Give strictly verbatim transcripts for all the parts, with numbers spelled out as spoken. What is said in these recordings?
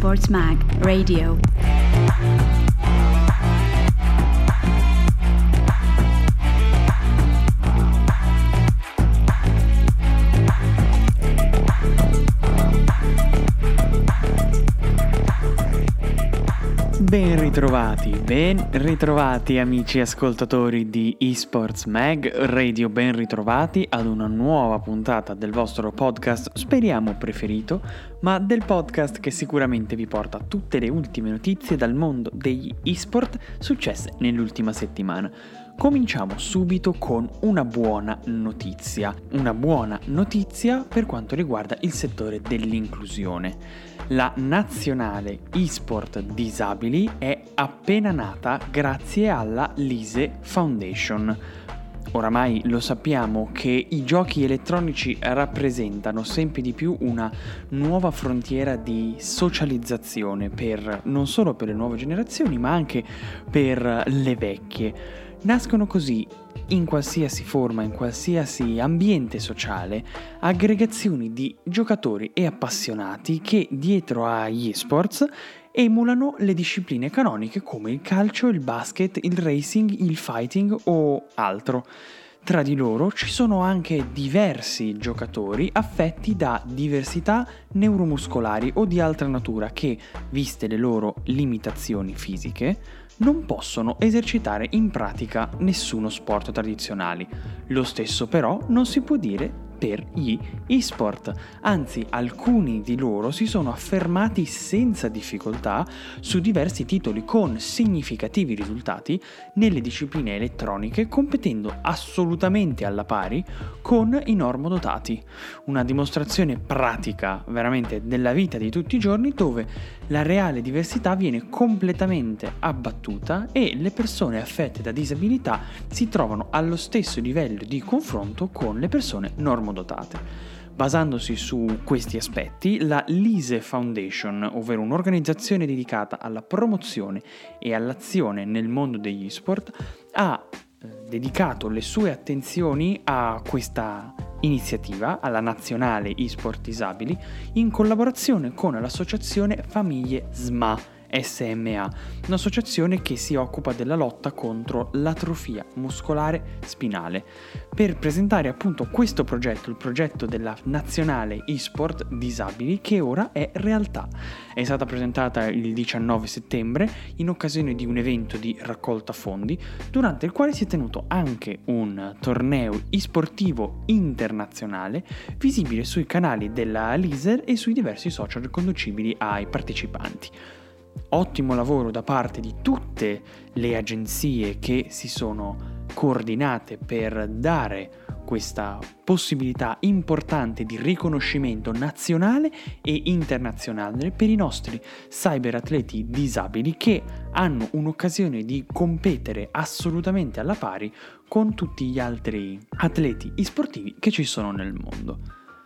Esports Mag Radio. Ben ritrovati, ben ritrovati amici ascoltatori di Esports Mag Radio, ben ritrovati ad una nuova puntata del vostro podcast, speriamo preferito, ma del podcast che sicuramente vi porta tutte le ultime notizie dal mondo degli esport successe nell'ultima settimana. Cominciamo subito con una buona notizia, una buona notizia per quanto riguarda il settore dell'inclusione. La nazionale eSport disabili è appena nata grazie alla Lise Foundation. Oramai lo sappiamo che i giochi elettronici rappresentano sempre di più una nuova frontiera di socializzazione per non solo per le nuove generazioni ma anche per le vecchie. Nascono così in qualsiasi forma, in qualsiasi ambiente sociale, aggregazioni di giocatori e appassionati che dietro agli esports emulano le discipline canoniche come il calcio, il basket, il racing, il fighting o altro. Tra di loro ci sono anche diversi giocatori affetti da diversità neuromuscolari o di altra natura che, viste le loro limitazioni fisiche, non possono esercitare in pratica nessuno sport tradizionali. Lo stesso però non si può dire per gli esport, anzi alcuni di loro si sono affermati senza difficoltà su diversi titoli con significativi risultati nelle discipline elettroniche, competendo assolutamente alla pari con i normodotati. Una dimostrazione pratica veramente della vita di tutti i giorni dove la reale diversità viene completamente abbattuta e le persone affette da disabilità si trovano allo stesso livello di confronto con le persone normodotate. Basandosi su questi aspetti, la Lise Foundation, ovvero un'organizzazione dedicata alla promozione e all'azione nel mondo degli sport, ha dedicato le sue attenzioni a questa iniziativa, alla nazionale eSport disabili, in collaborazione con l'associazione Famiglie S M A, S M A, un'associazione che si occupa della lotta contro l'atrofia muscolare spinale, per presentare appunto questo progetto, il progetto della nazionale eSport disabili, che ora è realtà. È stata presentata il diciannove settembre in occasione di un evento di raccolta fondi, durante il quale si è tenuto anche un torneo esportivo internazionale visibile sui canali della Lise e sui diversi social riconducibili ai partecipanti. Ottimo lavoro da parte di tutte le agenzie che si sono coordinate per dare questa possibilità importante di riconoscimento nazionale e internazionale per i nostri cyberatleti disabili che hanno un'occasione di competere assolutamente alla pari con tutti gli altri atleti esportivi che ci sono nel mondo.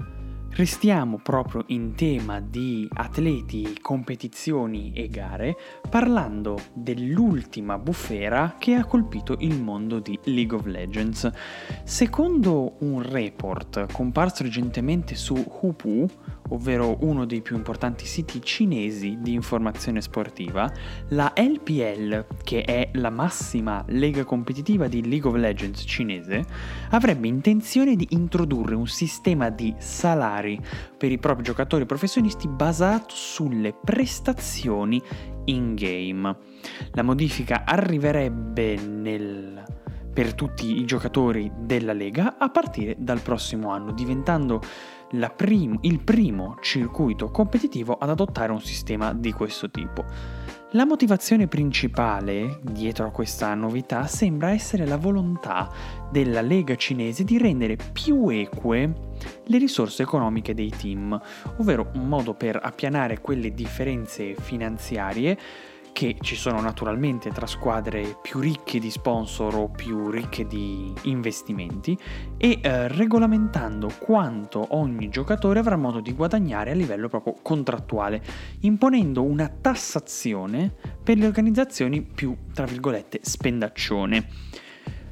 Restiamo proprio in tema di atleti, competizioni e gare, parlando dell'ultima bufera che ha colpito il mondo di League of Legends. Secondo un report comparso recentemente su Hupu, ovvero uno dei più importanti siti cinesi di informazione sportiva, la L P L, che è la massima lega competitiva di League of Legends cinese, avrebbe intenzione di introdurre un sistema di salari per i propri giocatori professionisti basato sulle prestazioni in game. La modifica arriverebbe nel per tutti i giocatori della Lega a partire dal prossimo anno, diventando la prim- il primo circuito competitivo ad adottare un sistema di questo tipo. La motivazione principale dietro a questa novità sembra essere la volontà della Lega cinese di rendere più eque le risorse economiche dei team, ovvero un modo per appianare quelle differenze finanziarie che ci sono naturalmente tra squadre più ricche di sponsor o più ricche di investimenti e eh, regolamentando quanto ogni giocatore avrà modo di guadagnare a livello proprio contrattuale, imponendo una tassazione per le organizzazioni più, tra virgolette, spendaccione.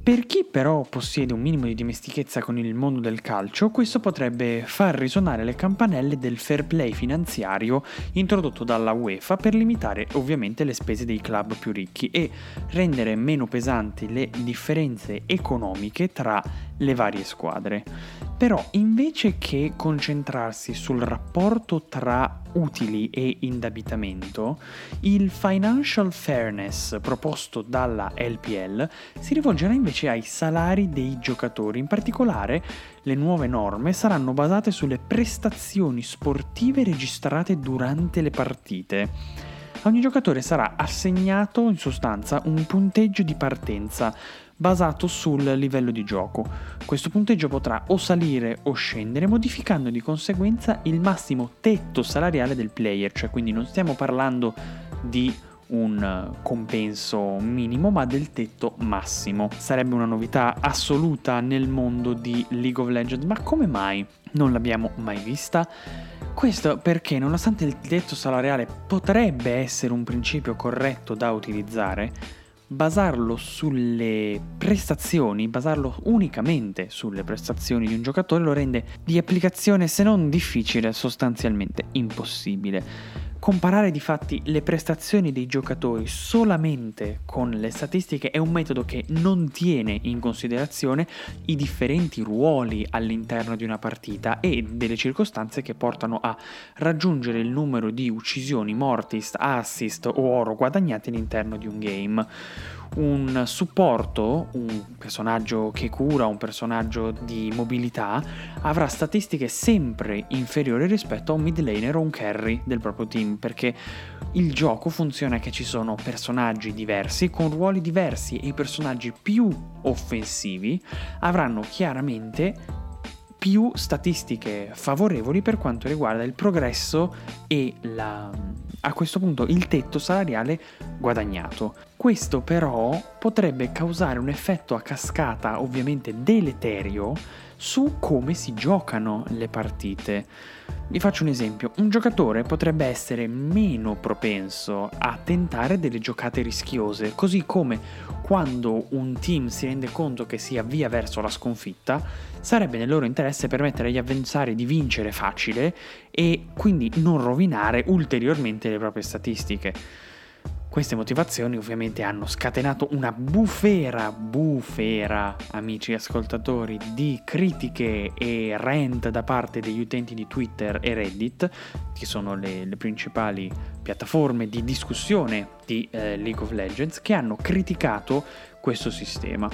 Per chi però possiede un minimo di dimestichezza con il mondo del calcio, questo potrebbe far risuonare le campanelle del fair play finanziario introdotto dalla UEFA per limitare ovviamente le spese dei club più ricchi e rendere meno pesanti le differenze economiche tra le varie squadre. Però invece che concentrarsi sul rapporto tra utili e indebitamento, il financial fairness proposto dalla L P L si rivolgerà invece ai salari dei giocatori. In particolare, le nuove norme saranno basate sulle prestazioni sportive registrate durante le partite. A ogni giocatore sarà assegnato in sostanza un punteggio di partenza basato sul livello di gioco. Questo punteggio potrà o salire o scendere, modificando di conseguenza il massimo tetto salariale del player, cioè quindi non stiamo parlando di un compenso minimo, ma del tetto massimo. Sarebbe una novità assoluta nel mondo di League of Legends, ma come mai non l'abbiamo mai vista? Questo perché, nonostante il tetto salariale potrebbe essere un principio corretto da utilizzare, basarlo sulle prestazioni, basarlo unicamente sulle prestazioni di un giocatore lo rende di applicazione, se non difficile, sostanzialmente impossibile. Comparare di fatti le prestazioni dei giocatori solamente con le statistiche è un metodo che non tiene in considerazione i differenti ruoli all'interno di una partita e delle circostanze che portano a raggiungere il numero di uccisioni, mortis, assist o oro guadagnati all'interno di un game. Un supporto, un personaggio che cura, un personaggio di mobilità, avrà statistiche sempre inferiori rispetto a un mid laner o un carry del proprio team, perché il gioco funziona che ci sono personaggi diversi con ruoli diversi e i personaggi più offensivi avranno chiaramente più statistiche favorevoli per quanto riguarda il progresso e la, a questo punto il tetto salariale guadagnato. Questo però potrebbe causare un effetto a cascata ovviamente deleterio su come si giocano le partite. Vi faccio un esempio: un giocatore potrebbe essere meno propenso a tentare delle giocate rischiose, così come quando un team si rende conto che si avvia verso la sconfitta, sarebbe nel loro interesse permettere agli avversari di vincere facile e quindi non rovinare ulteriormente le proprie statistiche. Queste motivazioni ovviamente hanno scatenato una bufera, bufera, amici ascoltatori, di critiche e rant da parte degli utenti di Twitter e Reddit, che sono le, le principali piattaforme di discussione di eh, League of Legends, che hanno criticato questo sistema.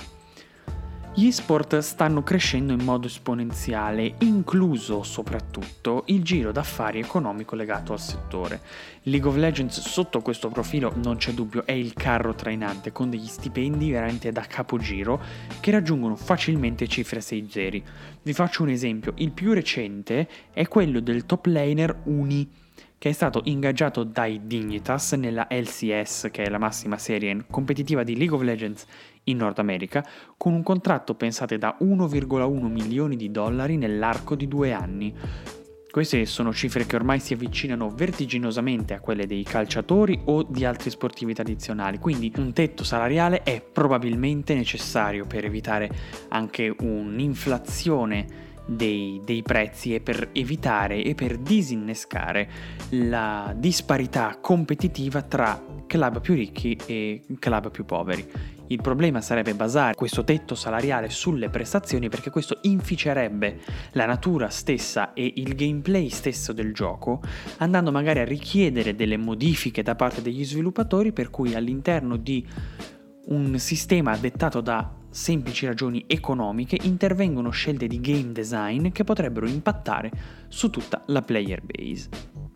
Gli esport stanno crescendo in modo esponenziale, incluso soprattutto il giro d'affari economico legato al settore. League of Legends sotto questo profilo, non c'è dubbio, è il carro trainante, con degli stipendi veramente da capogiro che raggiungono facilmente cifre sei zeri. Vi faccio un esempio: il più recente è quello del top laner Uni, che è stato ingaggiato dai Dignitas nella L C S, che è la massima serie competitiva di League of Legends in Nord America, con un contratto, pensate, da uno virgola uno milioni di dollari nell'arco di due anni. Queste sono cifre che ormai si avvicinano vertiginosamente a quelle dei calciatori o di altri sportivi tradizionali, quindi un tetto salariale è probabilmente necessario per evitare anche un'inflazione Dei, dei prezzi e per evitare e per disinnescare la disparità competitiva tra club più ricchi e club più poveri. Il problema sarebbe basare questo tetto salariale sulle prestazioni, perché questo inficerebbe la natura stessa e il gameplay stesso del gioco, andando magari a richiedere delle modifiche da parte degli sviluppatori, per cui all'interno di un sistema dettato da semplici ragioni economiche intervengono scelte di game design che potrebbero impattare su tutta la player base.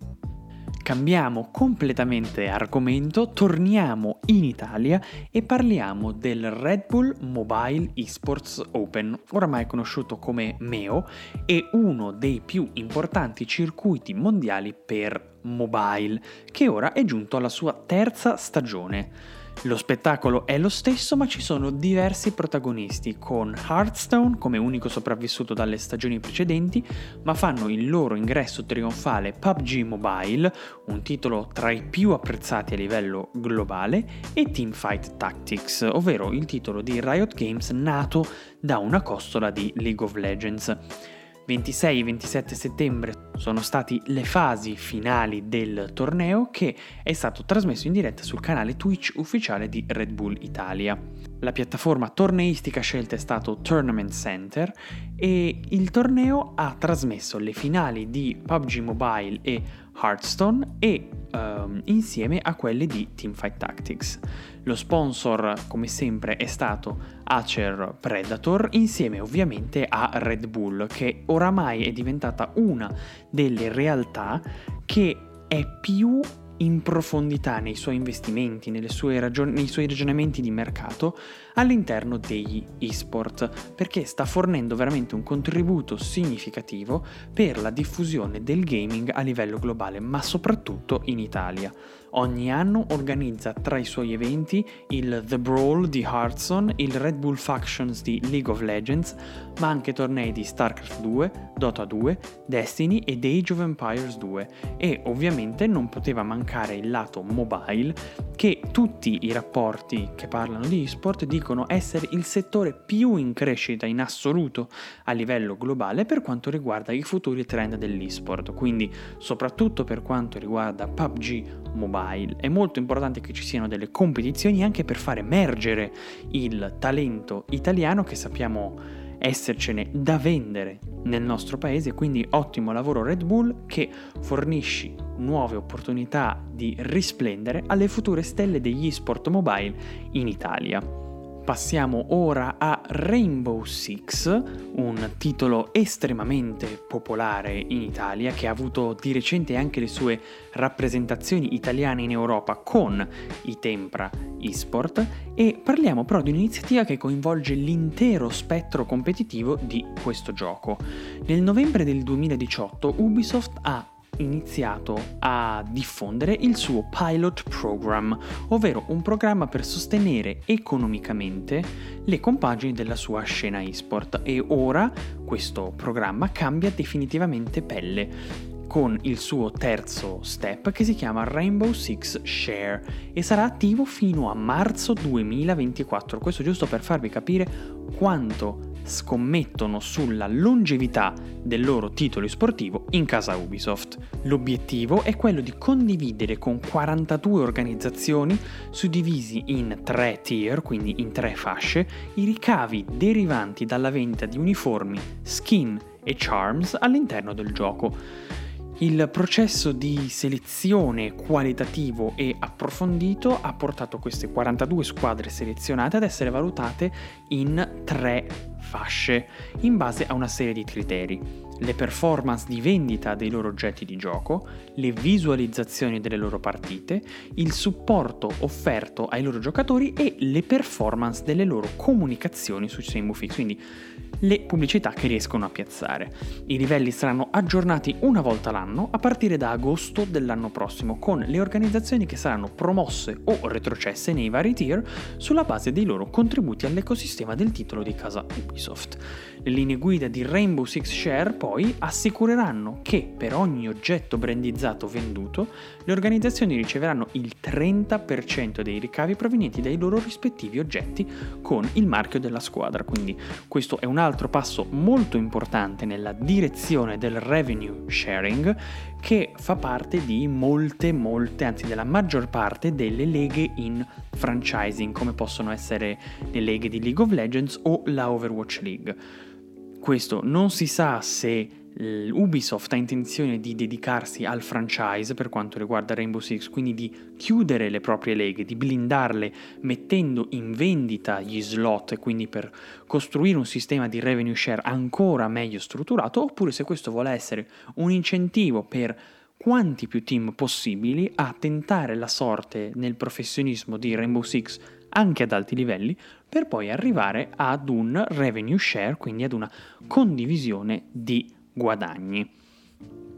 Cambiamo completamente argomento, torniamo in Italia e parliamo del Red Bull Mobile Esports Open, oramai conosciuto come M E O, e uno dei più importanti circuiti mondiali per mobile, che ora è giunto alla sua terza stagione. Lo spettacolo è lo stesso, ma ci sono diversi protagonisti, con Hearthstone come unico sopravvissuto dalle stagioni precedenti, ma fanno il loro ingresso trionfale P U B G Mobile, un titolo tra i più apprezzati a livello globale, e Teamfight Tactics, ovvero il titolo di Riot Games nato da una costola di League of Legends. ventisei e ventisette settembre sono stati le fasi finali del torneo, che è stato trasmesso in diretta sul canale Twitch ufficiale di Red Bull Italia. La piattaforma torneistica scelta è stato Tournament Center e il torneo ha trasmesso le finali di P U B G Mobile e Hearthstone e um, insieme a quelle di Teamfight Tactics. Lo sponsor, come sempre, è stato Acer Predator, insieme ovviamente a Red Bull, che oramai è diventata una delle realtà che è più in profondità nei suoi investimenti, nelle sue ragion- nei suoi ragionamenti di mercato all'interno degli esport, perché sta fornendo veramente un contributo significativo per la diffusione del gaming a livello globale, ma soprattutto in Italia. Ogni anno organizza tra i suoi eventi il The Brawl di Hearthstone, il Red Bull Factions di League of Legends, ma anche tornei di StarCraft due, Dota due, Destiny ed Age of Empires due, e ovviamente non poteva mancare il lato mobile, che tutti i rapporti che parlano di esport dicono essere il settore più in crescita in assoluto a livello globale per quanto riguarda i futuri trend dell'esport, quindi soprattutto per quanto riguarda P U B G Mobile. È molto importante che ci siano delle competizioni anche per far emergere il talento italiano, che sappiamo essercene da vendere nel nostro paese, quindi ottimo lavoro Red Bull, che fornisci nuove opportunità di risplendere alle future stelle degli esport mobile in Italia. Passiamo ora a Rainbow Six, un titolo estremamente popolare in Italia, che ha avuto di recente anche le sue rappresentazioni italiane in Europa con i Tempra eSport, e parliamo però di un'iniziativa che coinvolge l'intero spettro competitivo di questo gioco. Nel novembre del duemiladiciotto Ubisoft ha iniziato a diffondere il suo Pilot Program, ovvero un programma per sostenere economicamente le compagini della sua scena eSport, e ora questo programma cambia definitivamente pelle con il suo terzo step, che si chiama Rainbow Six Share e sarà attivo fino a marzo duemilaventiquattro. Questo giusto per farvi capire quanto scommettono sulla longevità del loro titolo sportivo in casa Ubisoft. L'obiettivo è quello di condividere con quarantadue organizzazioni suddivisi in tre tier, quindi in tre fasce, i ricavi derivanti dalla vendita di uniformi, skin e charms all'interno del gioco. Il processo di selezione qualitativo e approfondito ha portato queste quarantadue squadre selezionate ad essere valutate in tre fasce in base a una serie di criteri: le performance di vendita dei loro oggetti di gioco, le visualizzazioni delle loro partite, il supporto offerto ai loro giocatori e le performance delle loro comunicazioni su Rainbow Six, quindi le pubblicità che riescono a piazzare. I livelli saranno aggiornati una volta l'anno a partire da agosto dell'anno prossimo, con le organizzazioni che saranno promosse o retrocesse nei vari tier sulla base dei loro contributi all'ecosistema del titolo di casa Ubisoft. Le linee guida di Rainbow Six Share poi assicureranno che per ogni oggetto brandizzato venduto le organizzazioni riceveranno il trenta per cento dei ricavi provenienti dai loro rispettivi oggetti con il marchio della squadra, quindi questo è un altro passo molto importante nella direzione del revenue sharing, che fa parte di molte molte, anzi della maggior parte delle leghe in franchising, come possono essere le leghe di League of Legends o la Overwatch League. Questo non si sa se Ubisoft ha intenzione di dedicarsi al franchise per quanto riguarda Rainbow Six, quindi di chiudere le proprie leghe, di blindarle mettendo in vendita gli slot, e quindi per costruire un sistema di revenue share ancora meglio strutturato, oppure se questo vuole essere un incentivo per quanti più team possibili a tentare la sorte nel professionismo di Rainbow Six anche ad alti livelli, per poi arrivare ad un revenue share, quindi ad una condivisione di guadagni.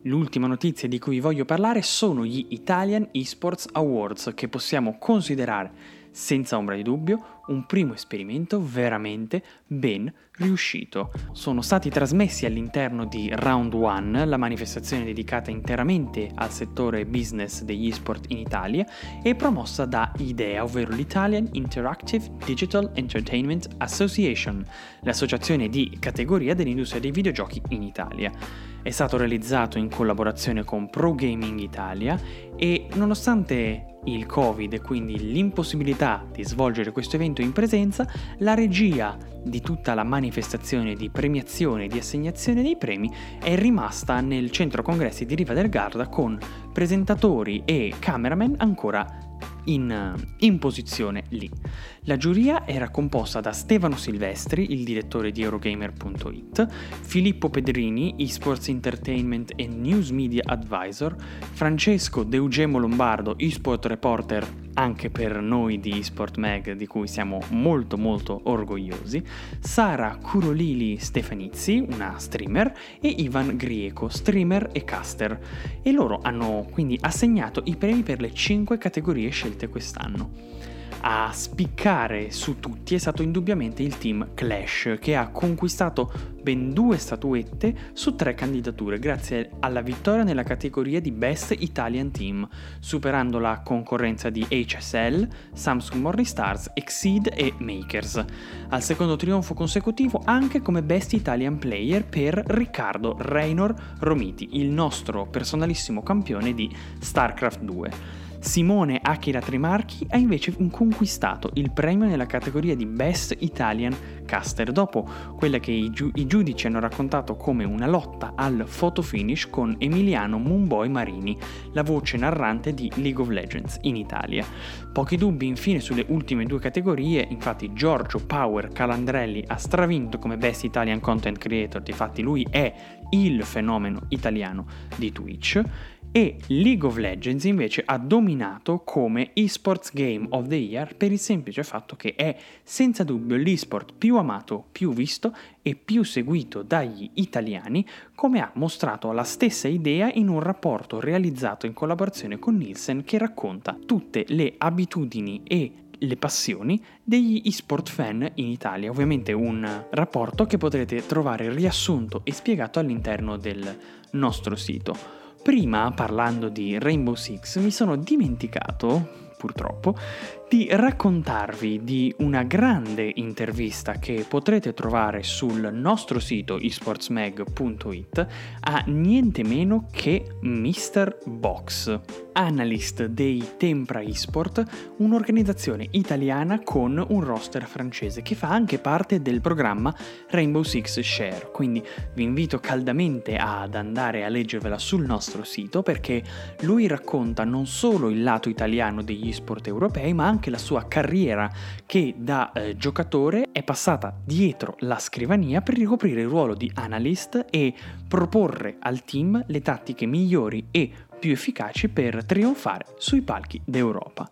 L'ultima notizia di cui voglio parlare sono gli Italian Esports Awards, che possiamo considerare senza ombra di dubbio un primo esperimento veramente ben riuscito. Sono stati trasmessi all'interno di Round One, la manifestazione dedicata interamente al settore business degli esport in Italia e promossa da IDEA, ovvero l'Italian Interactive Digital Entertainment Association, l'associazione di categoria dell'industria dei videogiochi in Italia. È stato realizzato in collaborazione con Pro Gaming Italia e nonostante il Covid e quindi l'impossibilità di svolgere questo evento in presenza, la regia di tutta la manifestazione di premiazione e di assegnazione dei premi è rimasta nel centro congressi di Riva del Garda con presentatori e cameraman ancora In, in posizione lì. La giuria era composta da Stefano Silvestri, il direttore di Eurogamer punto it, Filippo Pedrini, eSports Entertainment e News Media Advisor, Francesco De Eugemo Lombardo, eSport Reporter anche per noi di eSport Mag, di cui siamo molto molto orgogliosi, Sara Curolili Stefanizzi, una streamer, e Ivan Grieco, streamer e caster, e loro hanno quindi assegnato i premi per le cinque categorie scelte quest'anno. A spiccare su tutti è stato indubbiamente il team Clash, che ha conquistato ben due statuette su tre candidature grazie alla vittoria nella categoria di Best Italian Team, superando la concorrenza di H S L, Samsung Morning Stars, Exceed e Makers. Al secondo trionfo consecutivo anche come Best Italian Player per Riccardo Reynor Romiti, il nostro personalissimo campione di StarCraft due. Simone Akira Trimarchi ha invece conquistato il premio nella categoria di Best Italian Caster, dopo quella che i, giu- i giudici hanno raccontato come una lotta al photo finish con Emiliano Moonboy Marini, la voce narrante di League of Legends in Italia. Pochi dubbi infine sulle ultime due categorie, infatti Giorgio Power Calandrelli ha stravinto come Best Italian Content Creator, difatti lui è il fenomeno italiano di Twitch, e League of Legends invece ha dominato come eSports Game of the Year per il semplice fatto che è senza dubbio l'esport più amato, più visto e più seguito dagli italiani, come ha mostrato la stessa idea in un rapporto realizzato in collaborazione con Nielsen che racconta tutte le abitudini e le passioni degli esport fan in Italia. Ovviamente un rapporto che potrete trovare riassunto e spiegato all'interno del nostro sito. Prima, parlando di Rainbow Six, mi sono dimenticato, purtroppo, di raccontarvi di una grande intervista che potrete trovare sul nostro sito esportsmag punto it a niente meno che mister Box, analyst dei Tempra Esport, un'organizzazione italiana con un roster francese che fa anche parte del programma Rainbow Six Share, quindi vi invito caldamente ad andare a leggervela sul nostro sito, perché lui racconta non solo il lato italiano degli esport europei ma anche la sua carriera che da eh, giocatore è passata dietro la scrivania per ricoprire il ruolo di analyst e proporre al team le tattiche migliori e più efficaci per trionfare sui palchi d'Europa.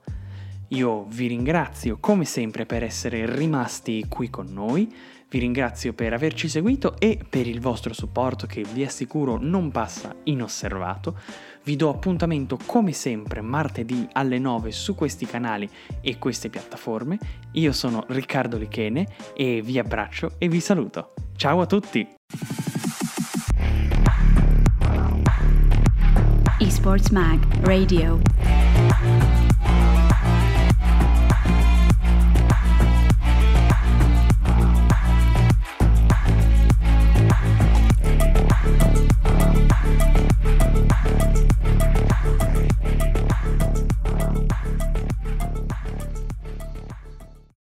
Io vi ringrazio come sempre per essere rimasti qui con noi, vi ringrazio per averci seguito e per il vostro supporto che vi assicuro non passa inosservato. Vi do appuntamento come sempre martedì alle nove su questi canali e queste piattaforme. Io sono Riccardo Lichene e vi abbraccio e vi saluto. Ciao a tutti! Esports Mag Radio.